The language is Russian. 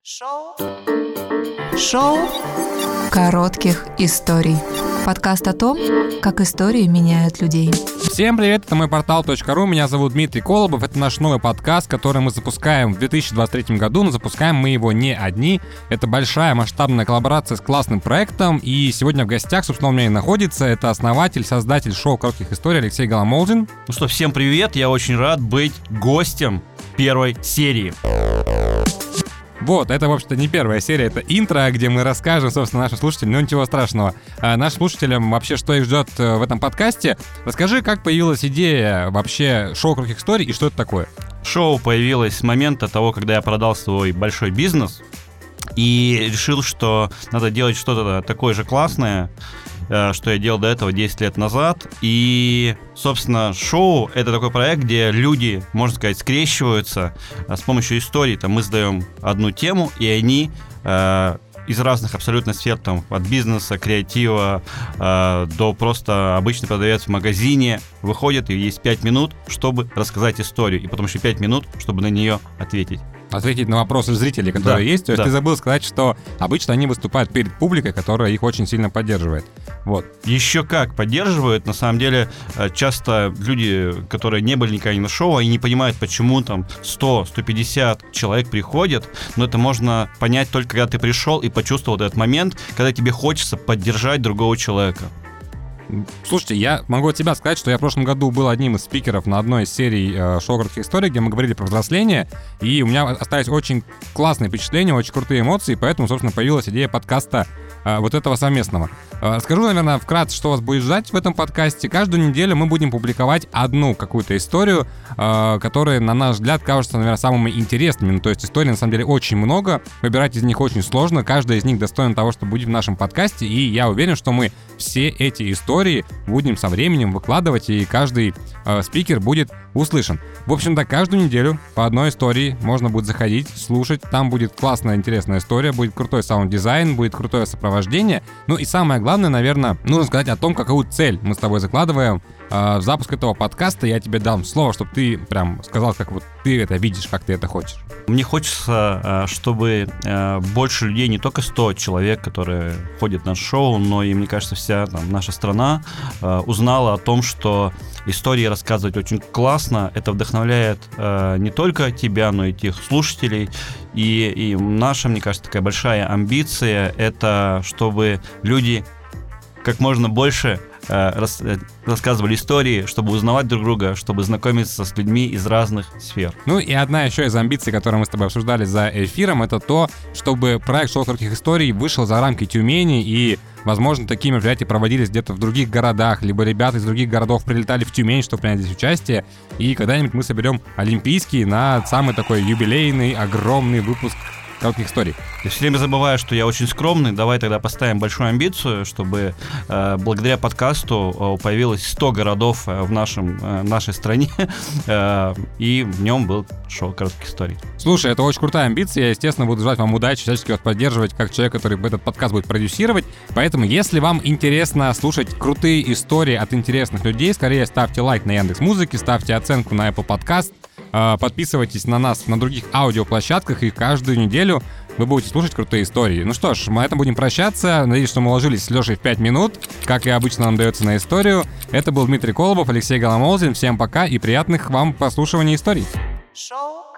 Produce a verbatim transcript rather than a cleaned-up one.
Шоу. Шоу коротких историй. Подкаст о том, как истории меняют людей. Всем привет, это мой портал точка ру, меня зовут Дмитрий Колобов, это наш новый подкаст, который мы запускаем в две тысячи двадцать третьем году, но запускаем мы его не одни. Это большая масштабная коллаборация с классным проектом, и сегодня в гостях, собственно, у меня и находится, это основатель, создатель шоу коротких историй Алексей Голомолдин. Ну что, всем привет, я очень рад быть гостем первой серии. Вот, это, в общем-то, не первая серия, это интро, где мы расскажем, собственно, нашим слушателям, но ничего страшного. А нашим слушателям вообще, что их ждет в этом подкасте. Расскажи, как появилась идея вообще шоу коротких историй и что это такое? Шоу появилось с момента того, когда я продал свой большой бизнес и решил, что надо делать что-то такое же классное, что я делал до этого десять лет назад. И, собственно, шоу — это такой проект, где люди, можно сказать, скрещиваются с помощью историй. Там мы сдаем одну тему, и они э, из разных абсолютно сфер, там, от бизнеса, креатива э, до просто обычный продавец в магазине, выходят, и есть пять минут, чтобы рассказать историю, и потом еще пять минут, чтобы на нее ответить. Ответить на вопросы зрителей, которые да, есть. То есть да. Ты забыл сказать, что обычно они выступают перед публикой, которая их очень сильно поддерживает. Вот. Еще как поддерживают. На самом деле, часто люди, которые не были никогда на шоу, они не понимают, почему там сто - сто пятьдесят человек приходят. Но это можно понять только когда ты пришел и почувствовал этот момент, когда тебе хочется поддержать другого человека. Слушайте, я могу от себя сказать, что я в прошлом году был одним из спикеров на одной из серий э, шоу коротких историй, где мы говорили про взросление, и у меня остались очень классные впечатления, очень крутые эмоции, поэтому, собственно, появилась идея подкаста э, вот этого совместного. Э, расскажу, наверное, вкратце, что вас будет ждать в этом подкасте. Каждую неделю мы будем публиковать одну какую-то историю, э, которая, на наш взгляд, кажется, наверное, самыми интересными. Ну, то есть историй, на самом деле, очень много, выбирать из них очень сложно, каждая из них достойна того, чтобы быть в нашем подкасте, и я уверен, что мы все эти истории будем со временем выкладывать, и каждый э, спикер будет услышан. В общем-то, каждую неделю по одной истории можно будет заходить, слушать. Там будет классная, интересная история, будет крутой саунд-дизайн, будет крутое сопровождение. Ну и самое главное, наверное, нужно сказать о том, какую цель мы с тобой закладываем э, в запуск этого подкаста. Я тебе дам слово, чтобы ты прям сказал, как вот ты это видишь, как ты это хочешь. Мне хочется, чтобы больше людей, не только сто человек, которые ходят на шоу, но и, мне кажется, вся там, наша страна узнала о том, что истории рассказывать очень классно. Это вдохновляет не только тебя, но и тех слушателей. И, и наша, мне кажется, такая большая амбиция — это чтобы люди как можно больше Рас, рассказывали истории, чтобы узнавать друг друга, чтобы знакомиться с людьми из разных сфер. Ну и одна еще из амбиций, которую мы с тобой обсуждали за эфиром, это то, чтобы проект шоу коротких историй вышел за рамки Тюмени, и, возможно, такие мероприятия проводились где-то в других городах, либо ребята из других городов прилетали в Тюмень, чтобы принять здесь участие, и когда-нибудь мы соберем олимпийский на самый такой юбилейный, огромный выпуск коротких историй. Я все время забываю, что я очень скромный. Давай тогда поставим большую амбицию, чтобы э, благодаря подкасту э, появилось сто городов э, в нашем, э, нашей стране, э, и в нем был шоу коротких историй. Слушай, это очень крутая амбиция. Я, естественно, буду желать вам удачи, всячески вас поддерживать, как человек, который этот подкаст будет продюсировать. Поэтому, если вам интересно слушать крутые истории от интересных людей, скорее ставьте лайк на Яндекс.Музыке, ставьте оценку на Apple Podcast, подписывайтесь на нас на других аудиоплощадках, и каждую неделю вы будете слушать крутые истории. Ну что ж, мы на этом будем прощаться. Надеюсь, что мы уложились с Лешей в пять минут, как и обычно нам дается на историю. Это был Дмитрий Колобов, Алексей Голомолдин. Всем пока и приятных вам прослушивания историй. Шоу